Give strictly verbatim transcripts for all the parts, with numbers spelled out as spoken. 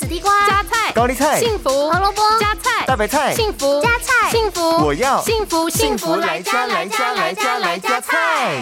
地瓜、 加菜、 高丽菜、 幸福、 胡萝卜、 加菜、 大白菜、 幸福、 加菜、 幸福， 我要幸福幸福来加来加来加来加菜。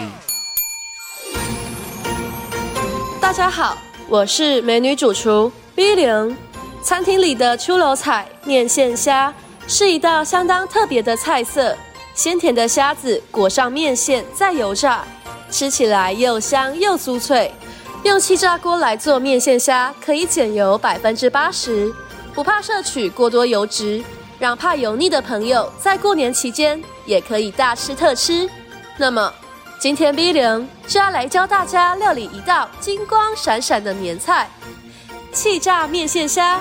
大家好，我是美女主厨 B 零。餐厅里的出炉菜面线虾是一道相当特别的菜色，鲜甜的虾子裹上面线再油炸，吃起来又香又酥脆。用气炸锅来做面线虾，可以减油百分之八十，不怕摄取过多油脂，让怕油腻的朋友在过年期间也可以大吃特吃。那么今天 B 零就要来教大家料理一道金光闪闪的年菜——气炸面线虾。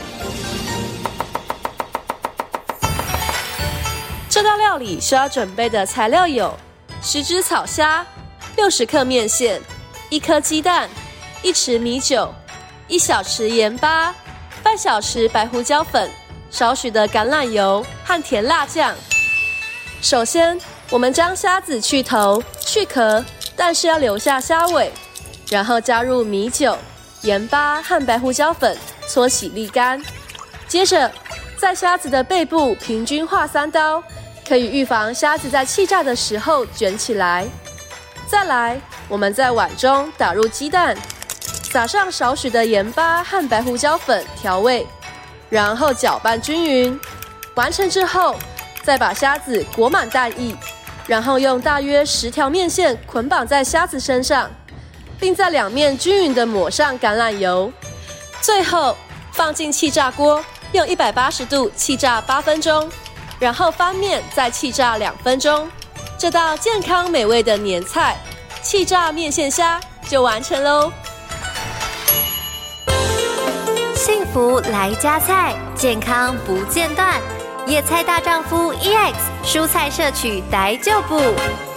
这道料理需要准备的材料有：十只草虾、六十克面线、一颗鸡蛋、一匙米酒、一小匙盐巴、半小匙白胡椒粉、少许的橄榄油和甜辣酱。首先，我们将虾子去头、去壳，但是要留下虾尾，然后加入米酒、盐巴和白胡椒粉搓洗沥干。接着，在虾子的背部平均划三刀，可以预防虾子在气炸的时候卷起来。再来，我们在碗中打入鸡蛋，撒上少许的盐巴和白胡椒粉调味，然后搅拌均匀。完成之后，再把虾子裹满蛋液，然后用大约十条面线捆绑在虾子身上，并在两面均匀地抹上橄榄油。最后放进气炸锅，用一百八十度气炸八分钟，然后翻面再气炸两分钟。这道健康美味的年菜气炸面线虾就完成喽。 幸福来加菜，健康不间断。野菜大丈夫 E X 蔬菜摄取逮就补。